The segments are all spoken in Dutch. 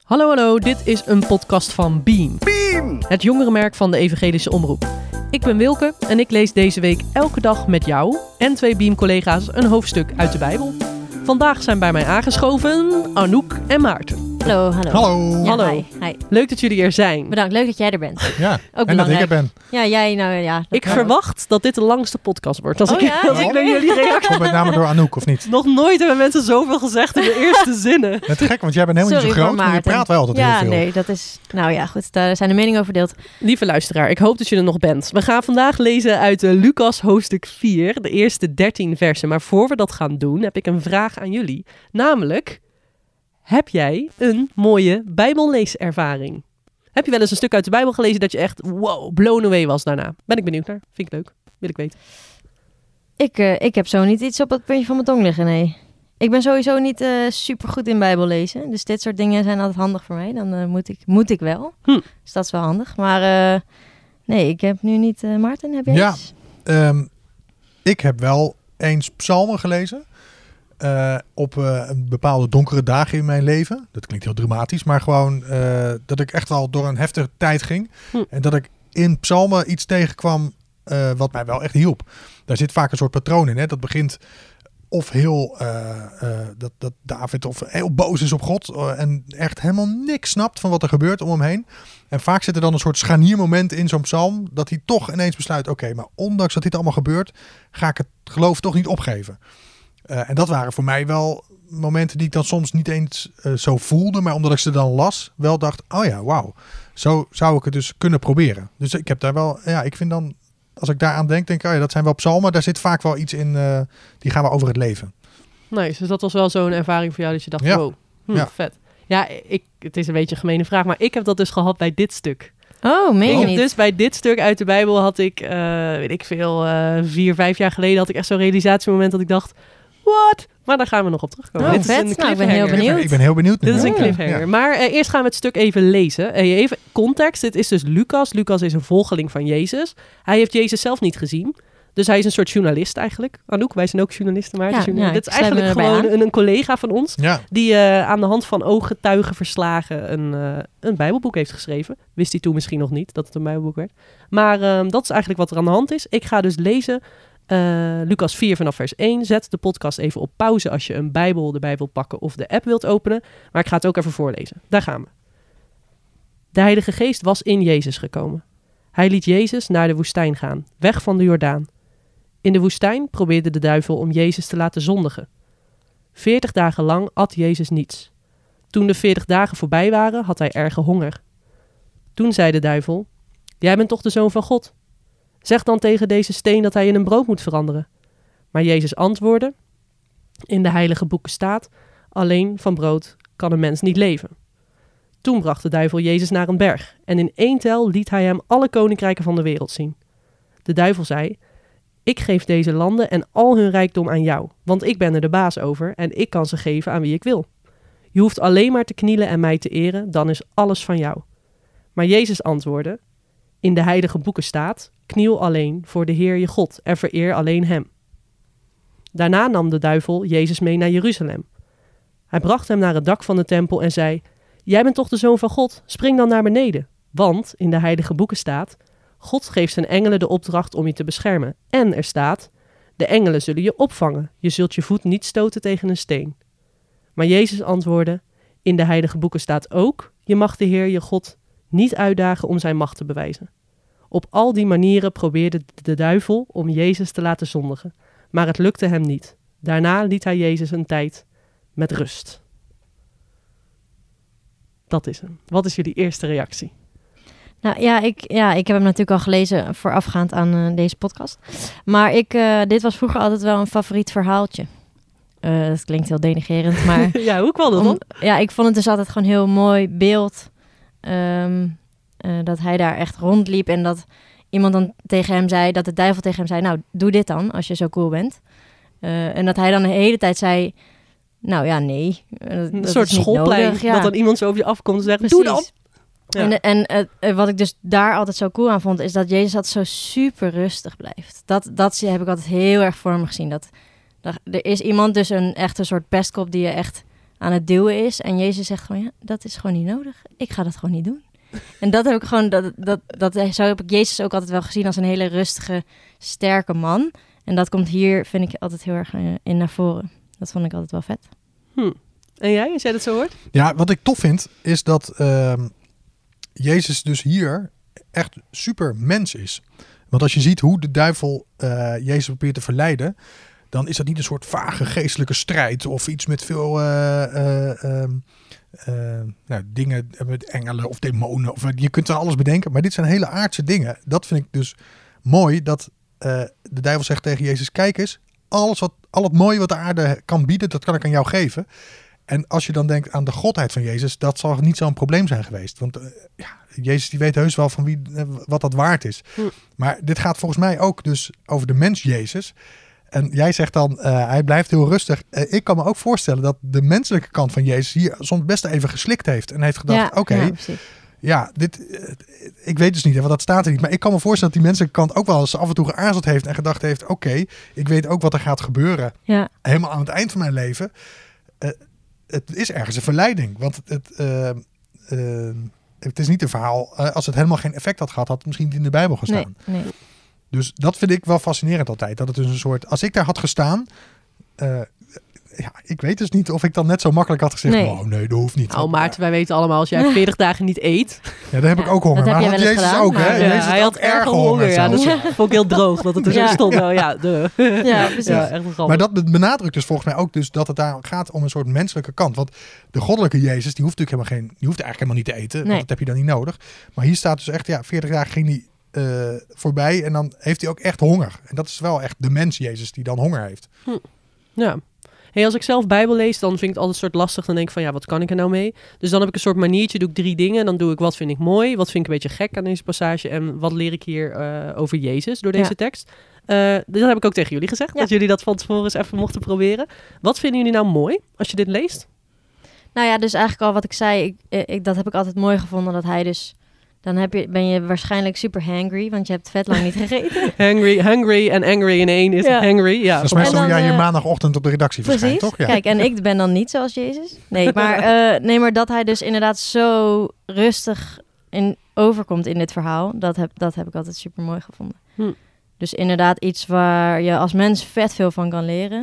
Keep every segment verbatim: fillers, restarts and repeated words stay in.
Hallo, hallo, dit is een podcast van Beam. Beam! Het jongerenmerk van de Evangelische Omroep. Ik ben Wilke en ik lees deze week elke dag met jou en twee Beam-collega's een hoofdstuk uit de Bijbel. Vandaag zijn bij mij aangeschoven Anouk en Maarten. Hallo, hallo. Hallo. Ja, Hallo. Hi, hi. Leuk dat jullie er zijn. Bedankt, leuk dat jij er bent. Ja, Ook en dat ik er ben. Ja, jij, nou ja. dat- Ik ja. verwacht dat dit de langste podcast wordt. Als Oh ik, ja? als ik naar jullie reactie... Komt met name door Anouk, of niet? Nog nooit hebben mensen zoveel gezegd in de eerste zinnen. Het gek, want jij bent helemaal Sorry niet zo voor groot, maar je Maarten. praat wel altijd Ja, heel veel. nee, dat is... Nou ja, goed, daar zijn de meningen over verdeeld. Lieve luisteraar, ik hoop dat je er nog bent. We gaan vandaag lezen uit uh, Lucas hoofdstuk vier, de eerste dertien versen. Maar voor we dat gaan doen, heb ik een vraag aan jullie. Namelijk, heb jij een mooie Bijbelleeservaring? Heb je wel eens een stuk uit de Bijbel gelezen dat je echt, wow, blown away was daarna? Ben ik benieuwd naar. Vind ik leuk. Wil ik weten. Ik, uh, ik heb zo niet iets op het puntje van mijn tong liggen, nee. Ik ben sowieso niet uh, super goed in Bijbel lezen. Dus dit soort dingen zijn altijd handig voor mij. Dan uh, moet, ik, moet ik wel. Hm. Dus dat is wel handig. Maar uh, nee, ik heb nu niet... Uh, Maarten, heb jij Ja. iets? Um, ik heb wel eens psalmen gelezen. Uh, op uh, een bepaalde donkere dagen in mijn leven. Dat klinkt heel dramatisch, maar gewoon uh, dat ik echt wel door een heftige tijd ging. Hm. En dat ik in psalmen iets tegenkwam uh, wat mij wel echt hielp. Daar zit vaak een soort patroon in. Hè? Dat begint of heel uh, uh, dat, dat David of heel boos is op God uh, en echt helemaal niks snapt van wat er gebeurt om hem heen. En vaak zit er dan een soort scharniermoment in zo'n psalm dat hij toch ineens besluit, oké, okay, maar ondanks dat dit allemaal gebeurt, ga ik het geloof toch niet opgeven. Uh, en dat waren voor mij wel momenten die ik dan soms niet eens uh, zo voelde, maar omdat ik ze dan las, wel dacht, oh ja, wauw, zo zou ik het dus kunnen proberen. Dus ik heb daar wel, ja, ik vind dan, als ik daaraan denk, denk ik, oh ja, dat zijn wel psalmen, daar zit vaak wel iets in, uh, die gaan we over het leven. Nice, dus dat was wel zo'n ervaring voor jou dat je dacht, Ja. wow, hm, Ja. vet. Ja, ik, het is een beetje een gemene vraag, maar ik heb dat dus gehad bij dit stuk. Oh, meen Ik je heb niet? dus bij dit stuk uit de Bijbel had ik, uh, weet ik veel, uh, vier, vijf jaar geleden had ik echt zo'n realisatiemoment dat ik dacht, what? Maar daar gaan we nog op terugkomen. Oh, Dit is vet. een Nou, ik ben heel cliffhanger. benieuwd. Ik ben heel benieuwd. Dit is een Ja. cliffhanger. Ja. Maar uh, eerst gaan we het stuk even lezen. Uh, even context. Dit is dus Lucas. Lucas is een volgeling van Jezus. Hij heeft Jezus zelf niet gezien. Dus hij is een soort journalist eigenlijk. Anouk, wij zijn ook journalisten. Maar Ja, journalist. ja, Dit is ik sluit me eigenlijk erbij gewoon een, een collega van ons. Ja. Die uh, aan de hand van ooggetuigenverslagen een, uh, een Bijbelboek heeft geschreven. Wist hij toen misschien nog niet dat het een Bijbelboek werd. Maar uh, dat is eigenlijk wat er aan de hand is. Ik ga dus lezen uh, Lucas vier vanaf vers één. Zet de podcast even op pauze als je een Bijbel, de Bijbel pakken of de app wilt openen. Maar ik ga het ook even voorlezen. Daar gaan we. De Heilige Geest was in Jezus gekomen. Hij liet Jezus naar de woestijn gaan, weg van de Jordaan. In de woestijn probeerde de duivel om Jezus te laten zondigen. Veertig dagen lang at Jezus niets. Toen de veertig dagen voorbij waren, had hij erge honger. Toen zei de duivel, jij bent toch de Zoon van God? Zeg dan tegen deze steen dat hij in een brood moet veranderen. Maar Jezus antwoordde, in de heilige boeken staat, alleen van brood kan een mens niet leven. Toen bracht de duivel Jezus naar een berg en in één tel liet hij hem alle koninkrijken van de wereld zien. De duivel zei, ik geef deze landen en al hun rijkdom aan jou, want ik ben er de baas over en ik kan ze geven aan wie ik wil. Je hoeft alleen maar te knielen en mij te eren, dan is alles van jou. Maar Jezus antwoordde, in de heilige boeken staat, kniel alleen voor de Heer je God en vereer alleen hem. Daarna nam de duivel Jezus mee naar Jeruzalem. Hij bracht hem naar het dak van de tempel en zei, jij bent toch de Zoon van God, spring dan naar beneden. Want in de heilige boeken staat, God geeft zijn engelen de opdracht om je te beschermen. En er staat, de engelen zullen je opvangen, je zult je voet niet stoten tegen een steen. Maar Jezus antwoordde, in de heilige boeken staat ook, je mag de Heer je God niet uitdagen om zijn macht te bewijzen. Op al die manieren probeerde de duivel om Jezus te laten zondigen, maar het lukte hem niet. Daarna liet hij Jezus een tijd met rust. Dat is hem. Wat is jullie eerste reactie? Nou ja ik, ja, ik heb hem natuurlijk al gelezen voorafgaand aan uh, deze podcast. Maar ik, uh, dit was vroeger altijd wel een favoriet verhaaltje. Uh, dat klinkt heel denigrerend, maar... ja, hoe kwam dat dan? Ja, ik vond het dus altijd gewoon een heel mooi beeld. Um, uh, dat hij daar echt rondliep en dat iemand dan tegen hem zei, dat de duivel tegen hem zei, nou, doe dit dan, als je zo cool bent. Uh, en dat hij dan de hele tijd zei, nou ja, nee. Uh, een dat soort is niet schoolplein, nodig, ja. dat dan iemand zo over je afkomt en zegt, Precies. doe dan. Ja. En, en uh, wat ik dus daar altijd zo cool aan vond, is dat Jezus altijd zo super rustig blijft. Dat, dat heb ik altijd heel erg voor me gezien. Dat, dat, er is iemand, dus een echte soort pestkop die je echt aan het duwen is. En Jezus zegt gewoon, ja, dat is gewoon niet nodig. Ik ga dat gewoon niet doen. En dat heb ik gewoon, dat, dat, dat, zo heb ik Jezus ook altijd wel gezien als een hele rustige, sterke man. En dat komt hier, vind ik, altijd heel erg uh, in naar voren. Dat vond ik altijd wel vet. Hm. En jij, als jij dat zo hoort? Ja, wat ik tof vind, is dat uh, Jezus dus hier echt super mens is. Want als je ziet hoe de duivel uh, Jezus probeert te verleiden, dan is dat niet een soort vage geestelijke strijd of iets met veel uh, uh, uh, uh, nou, dingen met engelen of demonen. Of, je kunt er alles bedenken, maar dit zijn hele aardse dingen. Dat vind ik dus mooi, dat uh, de duivel zegt tegen Jezus, kijk eens, alles wat, al het mooie wat de aarde kan bieden, dat kan ik aan jou geven. En als je dan denkt aan de godheid van Jezus, dat zal niet zo'n probleem zijn geweest. Want uh, ja, Jezus die weet heus wel van wie, uh, wat dat waard is. Hm. Maar dit gaat volgens mij ook dus over de mens Jezus. En jij zegt dan, uh, hij blijft heel rustig. Uh, ik kan me ook voorstellen dat de menselijke kant van Jezus hier soms best even geslikt heeft. En heeft gedacht, ja, oké, okay, ja, ja, dit, uh, ik weet dus niet, want dat staat er niet. Maar ik kan me voorstellen dat die menselijke kant ook wel eens af en toe geaarzeld heeft. En gedacht heeft, oké, okay, ik weet ook wat er gaat gebeuren. Ja. Helemaal aan het eind van mijn leven. Uh, het is ergens een verleiding. Want het, uh, uh, het is niet een verhaal. Uh, als het helemaal geen effect had gehad, had het misschien niet in de Bijbel gestaan. Nee, nee. Dus dat vind ik wel fascinerend altijd. Dat het dus een soort, als ik daar had gestaan, uh, ja, ik weet dus niet of ik dan net zo makkelijk had gezegd, nee. oh nee, dat hoeft niet. Oh Maarten, wij weten allemaal, als jij veertig dagen niet eet. Ja, dan heb ik ook honger. Maar had Jezus gedaan, ook, hè? Ja, Jezus hij had erg honger. honger ja, dat ja. vond ik heel droog, dat het er zo ja. stond. Nou, ja, de. ja, precies. Ja, echt maar dat benadrukt dus volgens mij ook dus dat het daar gaat om een soort menselijke kant. Want de goddelijke Jezus, die hoeft natuurlijk helemaal geen, die hoeft eigenlijk helemaal niet te eten. Nee. Want dat heb je dan niet nodig. Maar hier staat dus echt, ja, veertig dagen ging hij Uh, voorbij en dan heeft hij ook echt honger. En dat is wel echt de mens Jezus die dan honger heeft. Hm. Ja. Hey, als ik zelf Bijbel lees, dan vind ik het altijd een soort lastig. Dan denk ik van, ja, wat kan ik er nou mee? Dus dan heb ik een soort maniertje, doe ik drie dingen. Dan doe ik, wat vind ik mooi? Wat vind ik een beetje gek aan deze passage? En wat leer ik hier uh, over Jezus door deze ja. tekst? Uh, dat heb ik ook tegen jullie gezegd. Ja. Dat jullie dat van tevoren eens even mochten proberen. Wat vinden jullie nou mooi als je dit leest? Nou ja, dus eigenlijk al wat ik zei, ik, ik, dat heb ik altijd mooi gevonden. Dat hij dus... Dan heb je, ben je waarschijnlijk super hangry, want je hebt vet lang niet gegeten. hungry, hungry en angry in één is ja. hangry. Ja. Dat is meestal hoe jij hier maandagochtend op de redactie verschijnt, toch? Ja. Kijk, en ik ben dan niet zoals Jezus. Nee, maar, uh, nee, maar dat hij dus inderdaad zo rustig in, overkomt in dit verhaal, dat heb, dat heb ik altijd super mooi gevonden. Hm. Dus inderdaad iets waar je als mens vet veel van kan leren.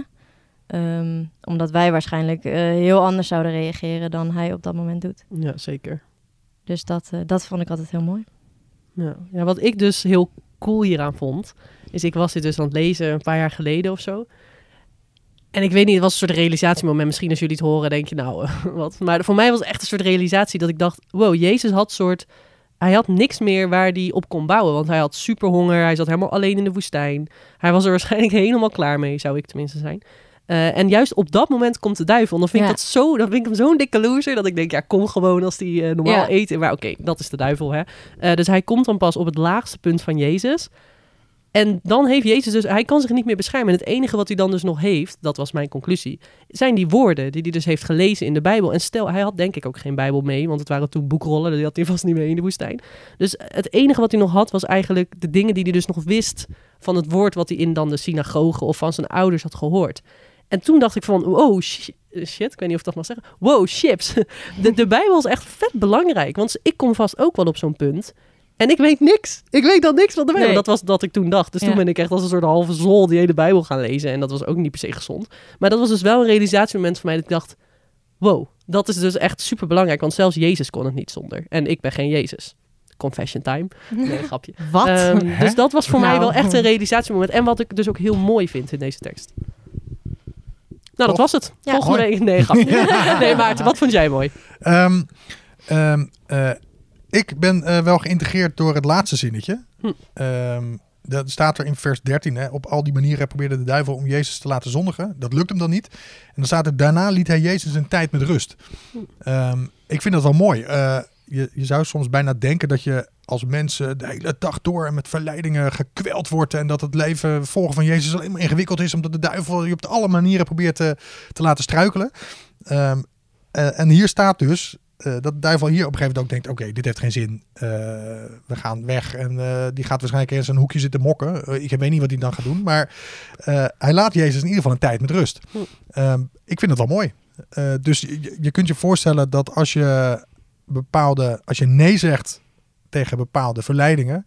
Um, omdat wij waarschijnlijk uh, heel anders zouden reageren dan hij op dat moment doet. Ja, zeker. Dus dat, uh, dat vond ik altijd heel mooi. Ja. ja, wat ik dus heel cool hieraan vond, is ik was dit dus aan het lezen een paar jaar geleden of zo. En ik weet niet, het was een soort realisatiemoment. Misschien als jullie het horen, denk je nou, uh, wat. Maar voor mij was het echt een soort realisatie dat ik dacht, wow, Jezus had soort... Hij had niks meer waar hij op kon bouwen. Want hij had super honger, hij zat helemaal alleen in de woestijn. Hij was er waarschijnlijk helemaal klaar mee, zou ik tenminste zijn. Uh, en juist op dat moment komt de duivel. En dan vind ik ja. dat zo, dan vind ik hem zo'n dikke loser, dat ik denk, ja, kom gewoon als die uh, normaal ja. eet. Maar oké, okay, dat is de duivel, hè. Uh, dus hij komt dan pas op het laagste punt van Jezus. En dan heeft Jezus dus, hij kan zich niet meer beschermen. En het enige wat hij dan dus nog heeft, dat was mijn conclusie, zijn die woorden die hij dus heeft gelezen in de Bijbel. En stel, hij had denk ik ook geen Bijbel mee, want het waren toen boekrollen, die had hij vast niet mee in de woestijn. Dus het enige wat hij nog had, was eigenlijk de dingen die hij dus nog wist van het woord wat hij in dan de synagoge of van zijn ouders had gehoord. En toen dacht ik van, wow, shit, shit, ik weet niet of ik dat mag zeggen. Wow, chips. De, de Bijbel is echt vet belangrijk. Want ik kom vast ook wel op zo'n punt. En ik weet niks. Ik weet dan niks van de Bijbel. Nee. Dat was wat ik toen dacht. Dus ja. toen ben ik echt als een soort halve zol die hele Bijbel gaan lezen. En dat was ook niet per se gezond. Maar dat was dus wel een realisatiemoment voor mij dat ik dacht, wow, dat is dus echt super belangrijk. Want zelfs Jezus kon het niet zonder. En ik ben geen Jezus. Confession time. Nee, grapje. Wat? Um, dus dat was voor nou. mij wel echt een realisatiemoment. En wat ik dus ook heel mooi vind in deze tekst. Nou, dat was het. Ja. Volgende week. Nee, grapje. Ja. Nee, Maarten, wat vond jij mooi? Um, um, uh, ik ben uh, wel geïntegreerd door het laatste zinnetje. Hm. Um, dat staat er in vers dertien. Hè? Op al die manieren probeerde de duivel om Jezus te laten zondigen. Dat lukt hem dan niet. En dan staat er, daarna liet hij Jezus een tijd met rust. Hm. Um, ik vind dat wel mooi. Uh, je, je zou soms bijna denken dat je als mensen de hele dag door en met verleidingen gekweld wordt en dat het leven volgen van Jezus alleen maar ingewikkeld is, omdat de duivel je op alle manieren probeert te, te laten struikelen. Um, uh, en hier staat dus uh, dat de duivel hier op een gegeven moment ook denkt, oké, okay, dit heeft geen zin. Uh, we gaan weg en uh, die gaat waarschijnlijk in zijn hoekje zitten mokken. Uh, ik weet niet wat hij dan gaat doen, maar uh, hij laat Jezus in ieder geval een tijd met rust. Um, ik vind het wel mooi. Uh, dus je, je kunt je voorstellen dat als je bepaalde, als je nee zegt tegen bepaalde verleidingen,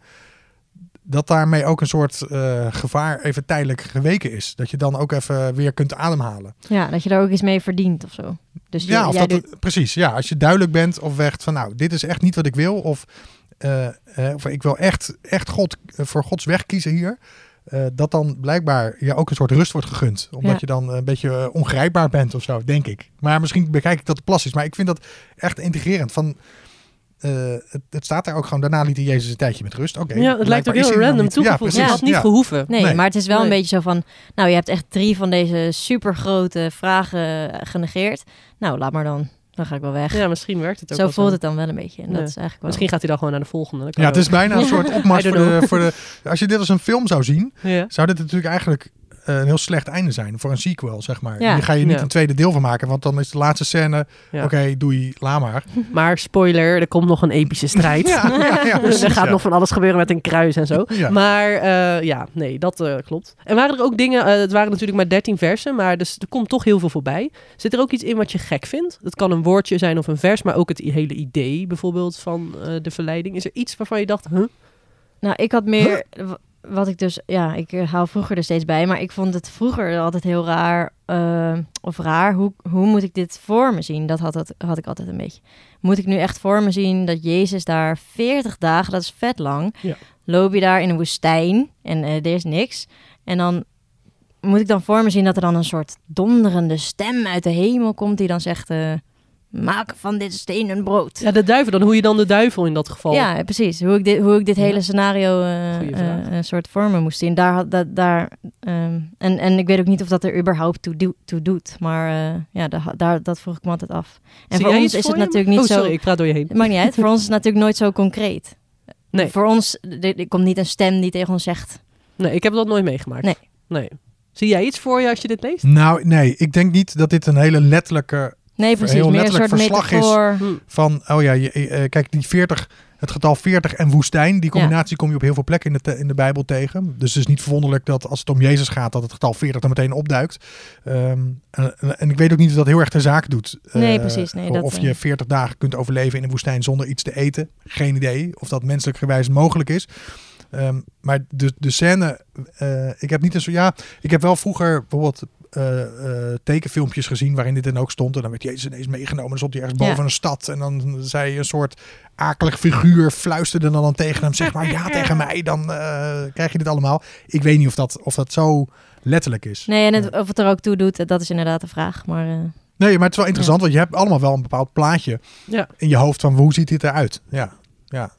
dat daarmee ook een soort uh, gevaar even tijdelijk geweken is. Dat je dan ook even weer kunt ademhalen. Ja, dat je daar ook iets mee verdient of zo. Dus ja, je, of jij dat, doet... precies. Ja, als je duidelijk bent of echt van nou, dit is echt niet wat ik wil. Of, uh, uh, of ik wil echt, echt God, uh, voor Gods weg kiezen hier. Uh, dat dan blijkbaar je ook een soort rust wordt gegund. Omdat ja. je dan een beetje uh, ongrijpbaar bent of zo, denk ik. Maar misschien bekijk ik dat te plastisch. Maar ik vind dat echt integrerend. Van, uh, het, het staat daar ook gewoon. Daarna liet Jezus een tijdje met rust. Oké. Okay, ja, het lijkt ook heel random toegevoegd. Ja, Het had niet ja. gehoeven. Nee, nee, maar het is wel nee. een beetje zo van... Nou, je hebt echt drie van deze supergrote vragen genegeerd. Nou, laat maar dan. Dan ga ik wel weg. Ja, misschien werkt het ook Zo wel voelt zo. het dan wel een beetje. En ja. dat is eigenlijk wel... Misschien gaat hij dan gewoon naar de volgende. Ja, het is ook. bijna een soort opmars voor de, voor de... Als je dit als een film zou zien, ja. zou dit natuurlijk eigenlijk uh, een heel slecht einde zijn. Voor een sequel, zeg maar. Ja. Hier ga je niet ja. een tweede deel van maken. Want dan is de laatste scène... Ja. Oké, okay, doei, laat maar. Maar spoiler, er komt nog een epische strijd. ja, ja, ja, precies, er gaat ja. nog van alles gebeuren met een kruis en zo. Ja. Maar uh, ja, nee, dat uh, klopt. En waren er ook dingen... Uh, het waren natuurlijk maar dertien versen, maar dus, er komt toch heel veel voorbij. Zit er ook iets in wat je gek vindt? Het kan een woordje zijn of een vers, maar ook het hele idee bijvoorbeeld van uh, de verleiding. Is er iets waarvan je dacht, huh? Nou, ik had meer... Huh? Wat ik dus, ja, ik haal vroeger er steeds bij, maar ik vond het vroeger altijd heel raar, uh, of raar, hoe, hoe moet ik dit voor me zien? Dat had, dat had ik altijd een beetje. Moet ik nu echt voor me zien dat Jezus daar veertig dagen, dat is vet lang, ja. loop je daar in een woestijn en uh, er is niks. En dan moet ik dan voor me zien dat er dan een soort donderende stem uit de hemel komt die dan zegt... Uh, maak van dit steen een brood. Ja, de duivel dan. Hoe je dan de duivel in dat geval... Ja, precies. Hoe ik dit, hoe ik dit ja. hele scenario uh, uh, een soort vormen moest zien. Daar, dat, daar, um, en, en ik weet ook niet of dat er überhaupt toe, do, toe doet. Maar uh, ja, da, daar, dat vroeg ik me altijd af. En Zie voor ons is het voor natuurlijk je? niet oh, zo... sorry, ik praat door je heen. Het maakt niet uit. Voor ons is het natuurlijk nooit zo concreet. Nee. Voor ons, er, er komt niet een stem die tegen ons zegt... Nee, ik heb dat nooit meegemaakt. Nee. nee. Zie jij iets voor je als je dit leest? Nou, nee. Ik denk niet dat dit een hele letterlijke... Nee, precies. Meer een soort metafoor. Is van, oh ja, je, uh, kijk, die veertig, het getal veertig en woestijn, die combinatie ja. kom je op heel veel plekken in de, te, in de Bijbel tegen. Dus het is niet verwonderlijk dat als het om Jezus gaat, dat het getal veertig er meteen opduikt. Um, en, en ik weet ook niet of dat heel erg ter zake doet. Nee, uh, precies. Nee, dat, of je veertig dagen kunt overleven in een woestijn zonder iets te eten. Geen idee of dat menselijk gewijs mogelijk is. Um, maar de, de scène, uh, ik heb niet een zo, ja, ik heb wel vroeger bijvoorbeeld uh, uh, tekenfilmpjes gezien waarin dit dan ook stond. En dan werd Jezus ineens meegenomen. Dan stond hij ergens boven ja. een stad. En dan zei een soort akelig figuur fluisterde dan, dan tegen hem. Zeg maar ja tegen mij, dan uh, krijg je dit allemaal. Ik weet niet of dat, of dat zo letterlijk is. Nee, en het, of het er ook toe doet, dat is inderdaad de vraag. Maar, uh... Nee, maar het is wel interessant, ja. want je hebt allemaal wel een bepaald plaatje ja. in je hoofd van hoe ziet dit eruit. Ja, ja.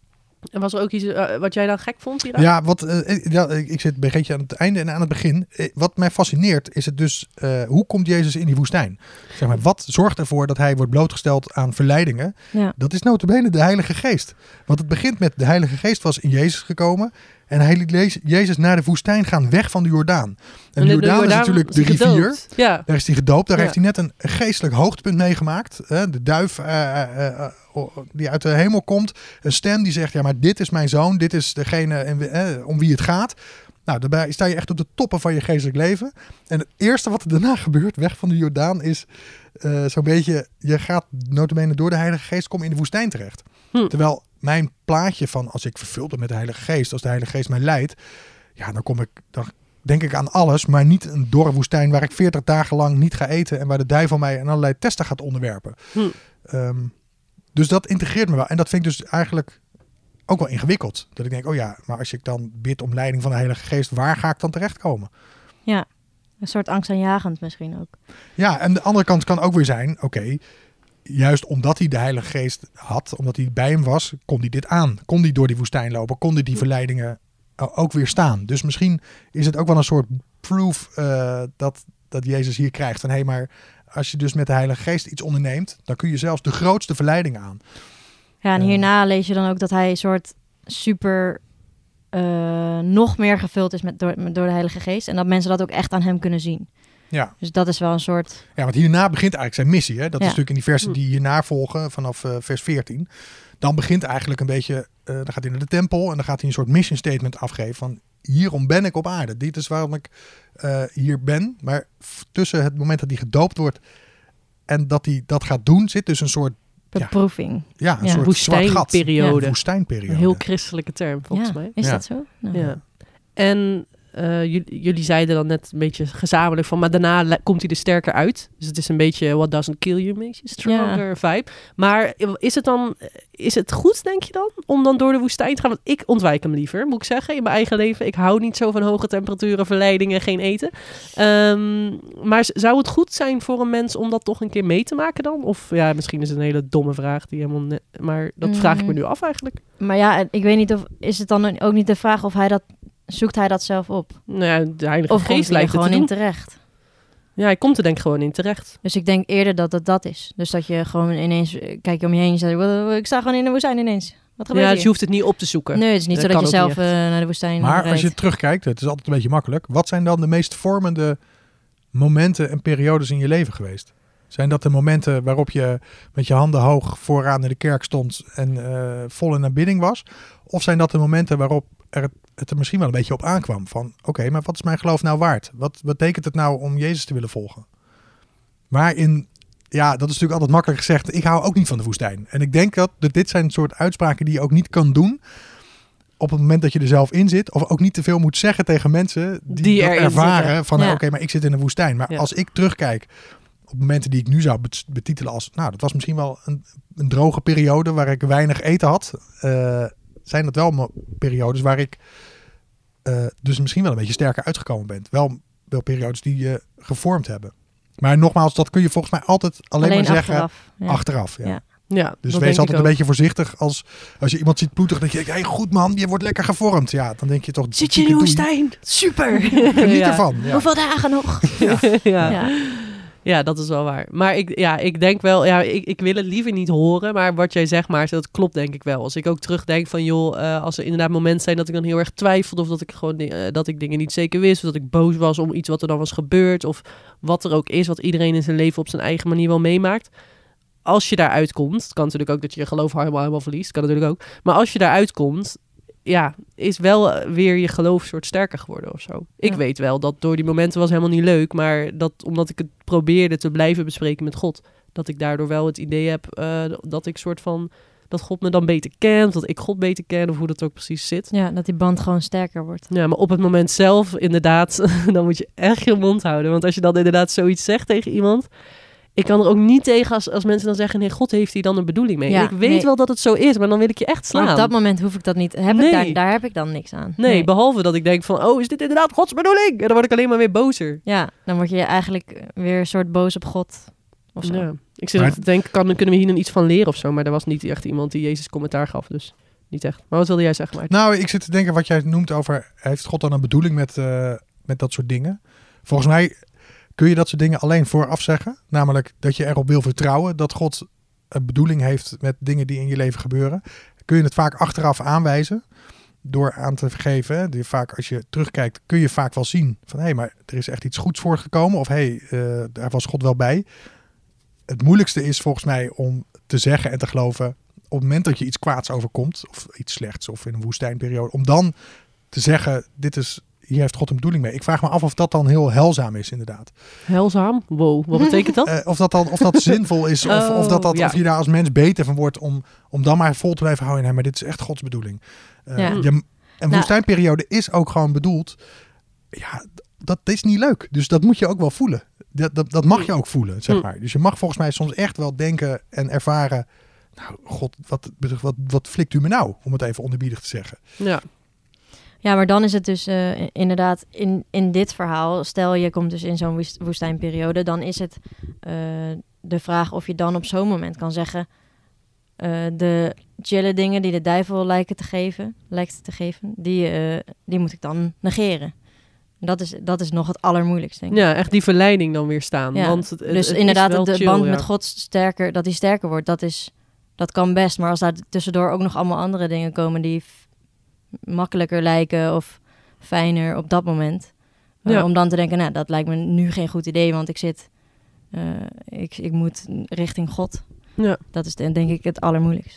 En was er ook iets uh, wat jij dan gek vond hieraan? Ja, wat, uh, ja, ik zit een beetje aan het einde en aan het begin. Uh, wat mij fascineert is het dus, uh, hoe komt Jezus in die woestijn? Zeg maar, wat zorgt ervoor dat hij wordt blootgesteld aan verleidingen? Ja. Dat is nota bene de Heilige Geest. Want het begint met de Heilige Geest was in Jezus gekomen. En hij liet Jezus naar de woestijn gaan, weg van de Jordaan. En, en de, de Jordaan, Jordaan is natuurlijk de rivier. Gedoopt. Ja. Daar is hij gedoopt. Daar ja. heeft hij net een geestelijk hoogtepunt meegemaakt. Uh, de duif uh, uh, uh, die uit de hemel komt. Een stem die zegt, ja, maar dit is mijn zoon. Dit is degene uh, om wie het gaat. Nou, daarbij sta je echt op de toppen van je geestelijk leven. En het eerste wat er daarna gebeurt, weg van de Jordaan, is uh, zo'n beetje, je gaat nota bene door de Heilige Geest, kom in de woestijn terecht. Hm. Terwijl mijn plaatje van, als ik vervuld ben met de Heilige Geest, als de Heilige Geest mij leidt, ja, dan kom ik, dan denk ik aan alles, maar niet een dorre woestijn waar ik veertig dagen lang niet ga eten en waar de duivel mij aan allerlei testen gaat onderwerpen. Hm. Um, dus dat integreert me wel. En dat vind ik dus eigenlijk ook wel ingewikkeld. Dat ik denk, oh ja, maar als ik dan bid om leiding van de Heilige Geest, waar ga ik dan terechtkomen? Ja, een soort angstaanjagend misschien ook. Ja, en de andere kant kan ook weer zijn, oké, okay, juist omdat hij de Heilige Geest had, omdat hij bij hem was, kon hij dit aan. Kon hij door die woestijn lopen, kon hij die verleidingen ook weer staan. Dus misschien is het ook wel een soort proof uh, dat, dat Jezus hier krijgt. Van hé, hey, maar als je dus met de Heilige Geest iets onderneemt, dan kun je zelfs de grootste verleidingen aan. Ja, en hierna uh, lees je dan ook dat hij een soort super uh, nog meer gevuld is met, door, met, door de Heilige Geest. En dat mensen dat ook echt aan hem kunnen zien. Ja. Dus dat is wel een soort... Ja, want hierna begint eigenlijk zijn missie. Hè? Dat ja. is natuurlijk in die versen die hierna volgen, vanaf uh, vers veertien. Dan begint eigenlijk een beetje... Uh, dan gaat hij naar de tempel en dan gaat hij een soort mission statement afgeven van... Hierom ben ik op aarde. Dit is waarom ik uh, hier ben. Maar f- tussen het moment dat hij gedoopt wordt En dat hij dat gaat doen, zit dus een soort... Beproeving. Ja, een Ja. soort zwart gat. Woestijnperiode. Ja, woestijnperiode. Een heel christelijke term, volgens Ja, mij. Is Ja. dat zo? Nou, Ja. En uh, jullie, jullie zeiden dan net een beetje gezamenlijk van, maar daarna le- komt hij er sterker uit. Dus het is een beetje what doesn't kill you makes you stronger Ja. vibe. Maar is het dan, is het goed, denk je dan, om dan door de woestijn te gaan? Want ik ontwijk hem liever, moet ik zeggen, in mijn eigen leven. Ik hou niet zo van hoge temperaturen, verleidingen, geen eten. Um, maar zou het goed zijn voor een mens om dat toch een keer mee te maken dan? Of ja, misschien is het een hele domme vraag, die helemaal ne- maar dat vraag ik me nu af eigenlijk. Maar ja, ik weet niet of... Is het dan ook niet de vraag of hij dat... Zoekt hij dat zelf op? Nou ja, de Heilige Of komt Geest hij er lijkt het te gewoon doen. in terecht? Ja, hij komt er denk ik gewoon in terecht. Dus ik denk eerder dat het dat is. Dus dat je gewoon ineens... Kijk je om je heen en je zegt... "Wow, ik sta gewoon in de woestijn ineens. Wat gebeurt Ja, hier?" dus je hoeft het niet op te zoeken. Nee, het is niet Dat zo dat kan je ook zelf niet uh, echt. naar de woestijn Maar rijdt. als je terugkijkt, het is altijd een beetje makkelijk. Wat zijn dan de meest vormende momenten en periodes in je leven geweest? Zijn dat de momenten waarop je met je handen hoog vooraan in de kerk stond en uh, vol in aanbidding was? Of zijn dat de momenten waarop er het, het er misschien wel een beetje op aankwam? Van oké, okay, maar wat is mijn geloof nou waard? Wat betekent het nou om Jezus te willen volgen? Maar in, ja, dat is natuurlijk altijd makkelijk gezegd. Ik hou ook niet van de woestijn. En ik denk dat, dat dit zijn het soort uitspraken die je ook niet kan doen op het moment dat je er zelf in zit. Of ook niet te veel moet zeggen tegen mensen die, Die dat erin ervaren. zitten. Van Ja. oké, okay, maar ik zit in een woestijn. Maar Ja. als ik terugkijk op momenten die ik nu zou betitelen als... Nou, dat was misschien wel een, een droge periode waar ik weinig eten had. Uh, zijn dat wel mo- periodes waar ik uh, dus misschien wel een beetje sterker uitgekomen ben. Wel, wel periodes die je uh, gevormd hebben. Maar nogmaals, dat kun je volgens mij altijd alleen, Alleen maar zeggen achteraf. Ja. achteraf. Ja. Ja. Ja, Dus dat wees denk altijd ik een ook. beetje voorzichtig als, als je iemand ziet ploeteren. Dat je denkt, hey, goed man, je wordt lekker gevormd. Ja, dan denk je toch... Zit je in de doei. woestijn? Super! Geniet Ja. ervan. Ja. Hoeveel dagen nog? Ja. Ja. Ja. Ja, dat is wel waar. Maar ik, ja, ik denk wel, ja, ik, ik wil het liever niet horen, maar wat jij zegt, maar dat klopt denk ik wel. Als ik ook terugdenk van, joh, uh, als er inderdaad momenten zijn dat ik dan heel erg twijfelde of dat ik gewoon uh, dat ik dingen niet zeker wist, of dat ik boos was om iets wat er dan was gebeurd, of wat er ook is, wat iedereen in zijn leven op zijn eigen manier wel meemaakt. Als je daaruit komt, het kan natuurlijk ook dat je je geloof helemaal, helemaal verliest, kan natuurlijk ook. Maar als je daaruit komt, ja, is wel weer je geloof soort sterker geworden of zo. Ik Ja. weet wel dat door die momenten was helemaal niet leuk, maar dat omdat ik het probeerde te blijven bespreken met God, dat ik daardoor wel het idee heb uh, dat ik soort van, dat God me dan beter kent, dat ik God beter ken, of hoe dat ook precies zit. Ja, dat die band gewoon sterker wordt. Ja, maar op het moment zelf, inderdaad, dan moet je echt je mond houden. Want als je dan inderdaad zoiets zegt tegen iemand, ik kan er ook niet tegen als, als mensen dan zeggen, nee, God heeft hier dan een bedoeling mee. Ja, ik weet nee. wel dat het zo is, maar dan wil ik je echt slaan. Maar op dat moment hoef ik dat niet. Heb Nee. ik daar, daar heb ik dan niks aan. Nee, behalve dat ik denk van, oh, is dit inderdaad Gods bedoeling? En dan word ik alleen maar weer bozer. Ja, dan word je eigenlijk weer een soort boos op God. Of zo. Ja. Ik zit Maar- te denken, kan, kunnen we hier dan iets van leren of zo? Maar er was niet echt iemand die Jezus commentaar gaf, dus niet echt. Maar wat wilde jij zeggen, Maarten? Nou, ik zit te denken wat jij noemt over... Heeft God dan een bedoeling met, uh, met dat soort dingen? Volgens mij kun je dat soort dingen alleen vooraf zeggen. Namelijk dat je erop wil vertrouwen dat God een bedoeling heeft met dingen die in je leven gebeuren. Kun je het vaak achteraf aanwijzen door aan te geven. Hè? Die vaak, als je terugkijkt, kun je vaak wel zien van hé, hey, maar er is echt iets goeds voortgekomen. Of hé, hey, uh, daar was God wel bij. Het moeilijkste is volgens mij om te zeggen en te geloven op het moment dat je iets kwaads overkomt, of iets slechts, of in een woestijnperiode, om dan te zeggen, dit is, hier heeft God een bedoeling mee. Ik vraag me af of dat dan heel heilzaam is, inderdaad. Heilzaam? Wow, wat betekent dat? Uh, of dat dan, of dat zinvol is, of, Oh, of, dat dat, ja. of je daar als mens beter van wordt om, om dan maar vol te blijven houden. Nee, maar dit is echt Gods bedoeling. Uh, Ja. je, een Nou, woestijnperiode is ook gewoon bedoeld. Ja, dat is niet leuk. Dus dat moet je ook wel voelen. Dat, dat, dat mag je ook voelen, zeg maar. Dus je mag volgens mij soms echt wel denken en ervaren. Nou, God, wat, wat, wat flikt u me nou? Om het even onderbiedig te zeggen. Ja. Ja, maar dan is het dus uh, inderdaad in, in dit verhaal, stel je komt dus in zo'n woest, woestijnperiode, dan is het uh, de vraag of je dan op zo'n moment kan zeggen, uh, de chille dingen die de duivel lijken te geven, lijkt te geven, die, uh, die moet ik dan negeren. Dat is, dat is nog het allermoeilijkste, denk ik. Ja, echt die verleiding dan weerstaan. Ja. Want het, het, Dus het inderdaad, is wel de chill, band ja. met God sterker, dat die sterker wordt, dat, is, dat kan best. Maar als daar tussendoor ook nog allemaal andere dingen komen die f- makkelijker lijken of fijner op dat moment. Uh, Ja. om dan te denken, nou, dat lijkt me nu geen goed idee, want ik zit, uh, ik, ik moet richting God. Ja. Dat is de, denk ik het allermoeilijkste.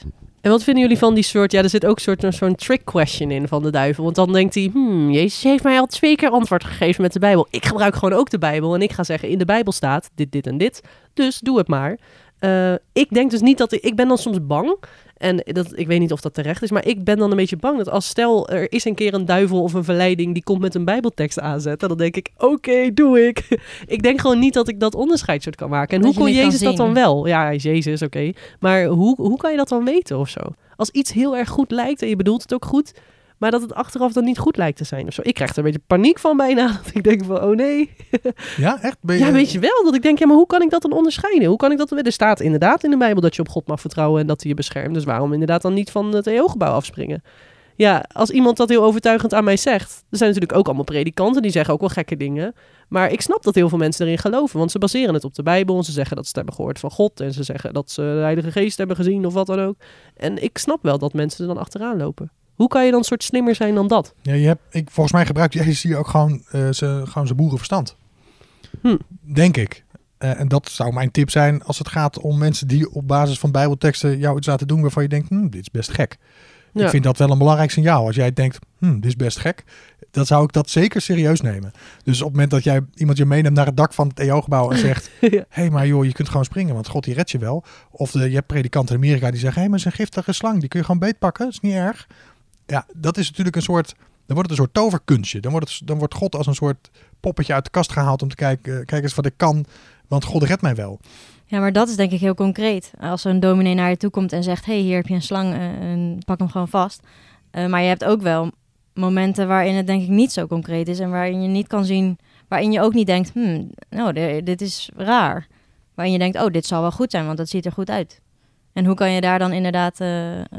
En wat vinden jullie van die soort... Ja, er zit ook soort, zo'n trick question in van de duivel. Want dan denkt hij... Hmm, Jezus heeft mij al twee keer antwoord gegeven met de Bijbel. Ik gebruik gewoon ook de Bijbel. En ik ga zeggen, in de Bijbel staat dit, dit en dit. Dus doe het maar. Uh, ik denk dus niet dat... Ik, ik ben dan soms bang... En dat, ik weet niet of dat terecht is, maar ik ben dan een beetje bang dat als stel er is een keer een duivel of een verleiding die komt met een bijbeltekst aanzetten, dan denk ik, oké, okay, doe ik. Ik denk gewoon niet dat ik dat onderscheid soort kan maken. En dat hoe kon Jezus dat dan wel? Ja, hij is Jezus, oké. Okay. Maar hoe, hoe kan je dat dan weten of zo? Als iets heel erg goed lijkt en je bedoelt het ook goed, maar dat het achteraf dan niet goed lijkt te zijn of zo. Ik krijg er een beetje paniek van bijna. Dat ik denk van, oh nee. Ja, echt? Ben je... Ja, weet je wel. Dat ik denk, ja, maar hoe kan ik dat dan onderscheiden? Hoe kan ik dat... Er staat inderdaad in de Bijbel dat je op God mag vertrouwen en dat hij je beschermt. Dus waarom inderdaad dan niet van het E O-gebouw afspringen? Ja, als iemand dat heel overtuigend aan mij zegt. Er zijn natuurlijk ook allemaal predikanten die zeggen ook wel gekke dingen. Maar ik snap dat heel veel mensen erin geloven. Want ze baseren het op de Bijbel. En ze zeggen dat ze het hebben gehoord van God. En ze zeggen dat ze de Heilige Geest hebben gezien of wat dan ook. En ik snap wel dat mensen er dan achteraan lopen. Hoe kan je dan een soort slimmer zijn dan dat? Ja, je hebt, ik, volgens mij gebruikt Jezus hier ook gewoon, uh, ze, gewoon zijn boerenverstand. Hm. Denk ik. Uh, en dat zou mijn tip zijn als het gaat om mensen die op basis van bijbelteksten jou iets laten doen waarvan je denkt, hm, dit is best gek. Ja. Ik vind dat wel een belangrijk signaal. Als jij denkt, hm, dit is best gek, dan zou ik dat zeker serieus nemen. Dus op het moment dat jij iemand je meeneemt naar het dak van het E O-gebouw en zegt, hé, ja. hey, maar joh, je kunt gewoon springen, want God die redt je wel. Of de, je hebt predikanten in Amerika die zeggen, hé, hey, maar het is een giftige slang, die kun je gewoon beetpakken, dat is niet erg. Ja, dat is natuurlijk een soort, dan wordt het een soort toverkunstje. Dan wordt, het, dan wordt God als een soort poppetje uit de kast gehaald om te kijken, uh, kijk eens wat ik kan, want God redt mij wel. Ja, maar dat is denk ik heel concreet. Als een dominee naar je toe komt en zegt, hé, hey, hier heb je een slang, uh, en pak hem gewoon vast. Uh, maar je hebt ook wel momenten waarin het denk ik niet zo concreet is en waarin je niet kan zien, waarin je ook niet denkt, hmm, nou, dit is raar. Waarin je denkt, oh, dit zal wel goed zijn, want dat ziet er goed uit. En hoe kan je daar dan inderdaad uh, uh,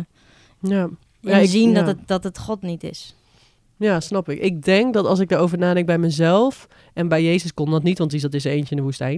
ja. Ja, ik, zien ja. dat, het, dat het God niet is. Ja, snap ik. Ik denk dat als ik daarover nadenk bij mezelf, en bij Jezus kon dat niet, want die zat dus eentje in de woestijn.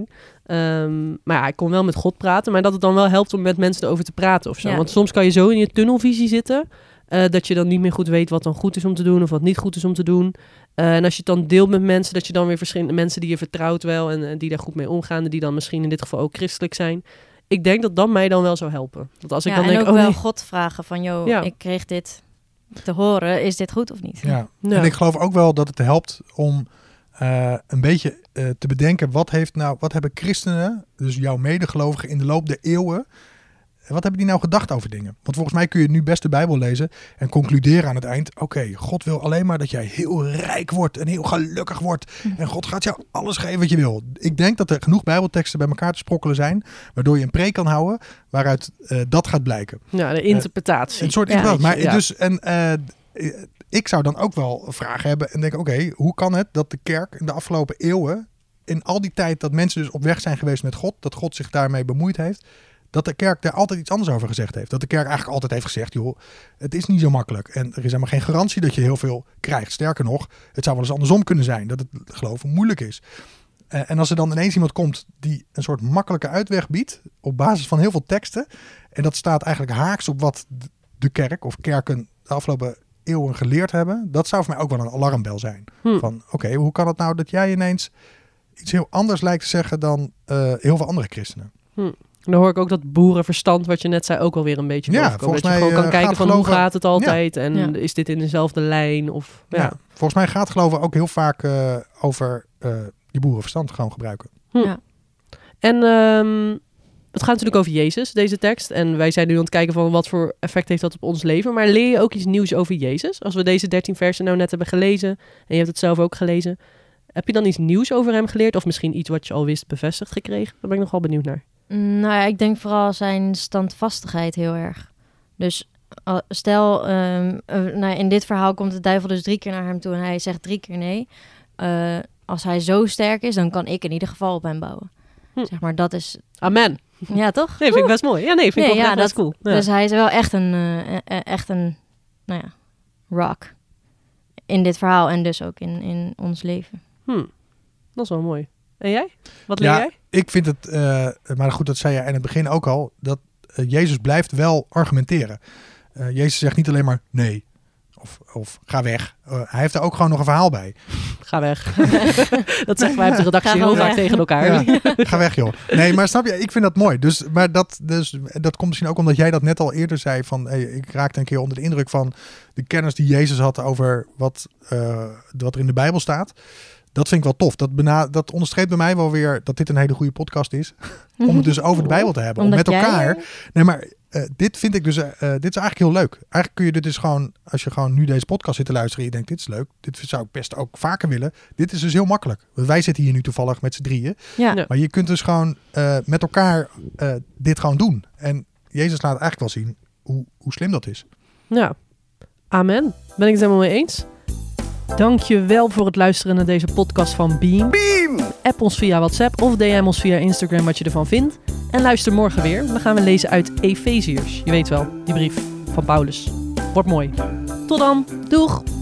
Um, maar ja, ik kon wel met God praten, maar dat het dan wel helpt om met mensen erover te praten of zo. Ja. Want soms kan je zo in je tunnelvisie zitten, uh, dat je dan niet meer goed weet wat dan goed is om te doen of wat niet goed is om te doen. Uh, en als je het dan deelt met mensen, dat je dan weer verschillende mensen die je vertrouwt wel en, en die daar goed mee omgaan, en die dan misschien in dit geval ook christelijk zijn. Ik denk dat dat mij dan wel zou helpen. Dat als ik ja, dan en denk, ook oh, wel nee. God vragen van, joh, ja. ik kreeg dit te horen. Is dit goed of niet? Ja. Ja. En ik geloof ook wel dat het helpt om uh, een beetje uh, te bedenken, wat heeft nou, wat hebben christenen, dus jouw medegelovigen in de loop der eeuwen, wat hebben die nou gedacht over dingen? Want volgens mij kun je nu best de Bijbel lezen en concluderen aan het eind, oké, okay, God wil alleen maar dat jij heel rijk wordt en heel gelukkig wordt. En God gaat jou alles geven wat je wil. Ik denk dat er genoeg Bijbelteksten bij elkaar te sprokkelen zijn, waardoor je een preek kan houden waaruit uh, dat gaat blijken. Ja, de interpretatie. Uh, een soort ja, interpretatie. Maar ja. dus, en uh, ik zou dan ook wel vragen hebben en denken, oké, okay, hoe kan het dat de kerk in de afgelopen eeuwen, in al die tijd dat mensen dus op weg zijn geweest met God, dat God zich daarmee bemoeid heeft, dat de kerk daar altijd iets anders over gezegd heeft. Dat de kerk eigenlijk altijd heeft gezegd, joh, het is niet zo makkelijk. En er is helemaal geen garantie dat je heel veel krijgt. Sterker nog, het zou wel eens andersom kunnen zijn, dat het geloven moeilijk is. Uh, en als er dan ineens iemand komt die een soort makkelijke uitweg biedt, op basis van heel veel teksten, en dat staat eigenlijk haaks op wat de kerk of kerken de afgelopen eeuwen geleerd hebben, dat zou voor mij ook wel een alarmbel zijn. Hm. Van, oké, okay, hoe kan het nou dat jij ineens iets heel anders lijkt te zeggen dan uh, heel veel andere christenen? Hm. Dan hoor ik ook dat boerenverstand, wat je net zei, ook alweer een beetje ja, volgens dat mij je gewoon kan uh, kijken van geloven, hoe gaat het altijd ja. en ja. is dit in dezelfde lijn? Of, ja. Ja, volgens mij gaat geloven ook heel vaak uh, over uh, je boerenverstand gewoon gebruiken. Hm. Ja. En um, het gaat natuurlijk over Jezus, deze tekst. En wij zijn nu aan het kijken van wat voor effect heeft dat op ons leven. Maar leer je ook iets nieuws over Jezus? Als we deze dertien versen nou net hebben gelezen en je hebt het zelf ook gelezen. Heb je dan iets nieuws over hem geleerd? Of misschien iets wat je al wist bevestigd gekregen? Daar ben ik nog wel benieuwd naar. Nou ja, ik denk vooral zijn standvastigheid heel erg. Dus uh, stel, um, uh, nou, in dit verhaal komt de duivel dus drie keer naar hem toe en hij zegt drie keer nee. Uh, als hij zo sterk is, dan kan ik in ieder geval op hem bouwen. Hm. Zeg maar, dat is... Amen. Ja, toch? Nee, vind ik best mooi. Ja, nee, vind nee, ik ook ja, best dat, cool. Ja. Dus hij is wel echt een, uh, echt een, nou ja, rock in dit verhaal en dus ook in, in ons leven. Hm. Dat is wel mooi. En jij? Wat leer ja, jij? Ik vind het, uh, maar goed, dat zei je in het begin ook al, dat uh, Jezus blijft wel argumenteren. Uh, Jezus zegt niet alleen maar nee. Of, of ga weg. Uh, hij heeft er ook gewoon nog een verhaal bij. Ga weg. Dat zeggen wij op de redactie Ga heel weg. vaak tegen elkaar. Ja, ga weg joh. Nee, maar snap je, ik vind dat mooi. Dus, maar dat, dus, dat komt misschien ook omdat jij dat net al eerder zei. Van, hey, ik raakte een keer onder de indruk van de kennis die Jezus had over wat, uh, wat er in de Bijbel staat. Dat vind ik wel tof. Dat, bena- dat onderstreept bij mij wel weer dat dit een hele goede podcast is. Om het dus over de Bijbel te hebben. Omdat om met elkaar. jij... Nee, maar uh, dit vind ik dus. Uh, dit is eigenlijk heel leuk. Eigenlijk kun je dit dus gewoon. Als je gewoon nu deze podcast zit te luisteren. En je denkt, dit is leuk. Dit zou ik best ook vaker willen. Dit is dus heel makkelijk. Want wij zitten hier nu toevallig met z'n drieën. Ja. Ja. Maar je kunt dus gewoon uh, met elkaar uh, dit gewoon doen. En Jezus laat eigenlijk wel zien hoe, hoe slim dat is. Ja, amen. Ben ik het helemaal mee eens. Dank je wel voor het luisteren naar deze podcast van Beam. Beam! App ons via WhatsApp of D M ons via Instagram wat je ervan vindt. En luister morgen weer. Dan gaan we lezen uit Efeziërs. Je weet wel, die brief van Paulus. Wordt mooi. Tot dan. Doeg!